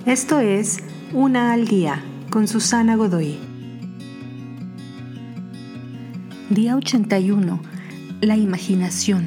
Esto es Una al Día con Susana Godoy. Día 81. La imaginación.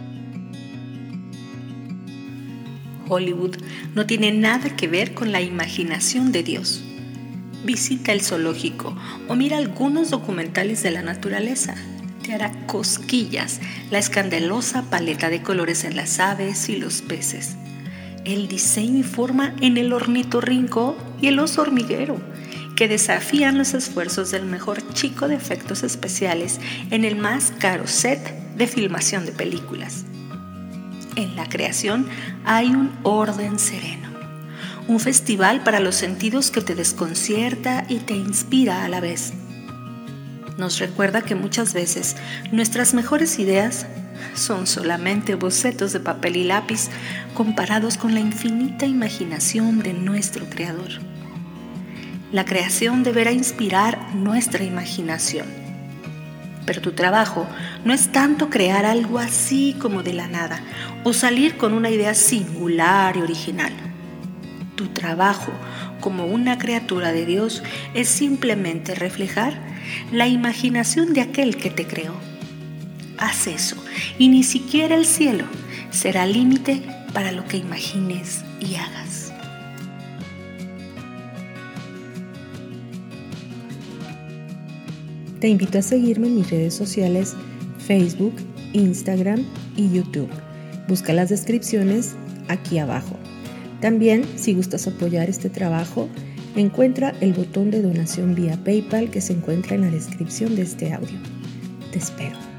Hollywood no tiene nada que ver con la imaginación de Dios. Visita el zoológico o mira algunos documentales de la naturaleza. Te hará cosquillas la escandalosa paleta de colores en las aves y los peces. El diseño y forma en el ornitorrinco y el oso hormiguero, que desafían los esfuerzos del mejor chico de efectos especiales en el más caro set de filmación de películas. En la creación hay un orden sereno, un festival para los sentidos que te desconcierta y te inspira a la vez. Nos recuerda que muchas veces nuestras mejores ideas son solamente bocetos de papel y lápiz comparados con la infinita imaginación de nuestro Creador. La creación deberá inspirar nuestra imaginación. Pero tu trabajo no es tanto crear algo así como de la nada o salir con una idea singular y original. Tu trabajo como una criatura de Dios es simplemente reflejar la imaginación de aquel que te creó. Haz eso y ni siquiera el cielo será límite para lo que imagines y hagas. Te invito a seguirme en mis redes sociales Facebook, Instagram y YouTube. Busca las descripciones aquí abajo. También, si gustas apoyar este trabajo, encuentra el botón de donación vía PayPal que se encuentra en la descripción de este audio. Te espero.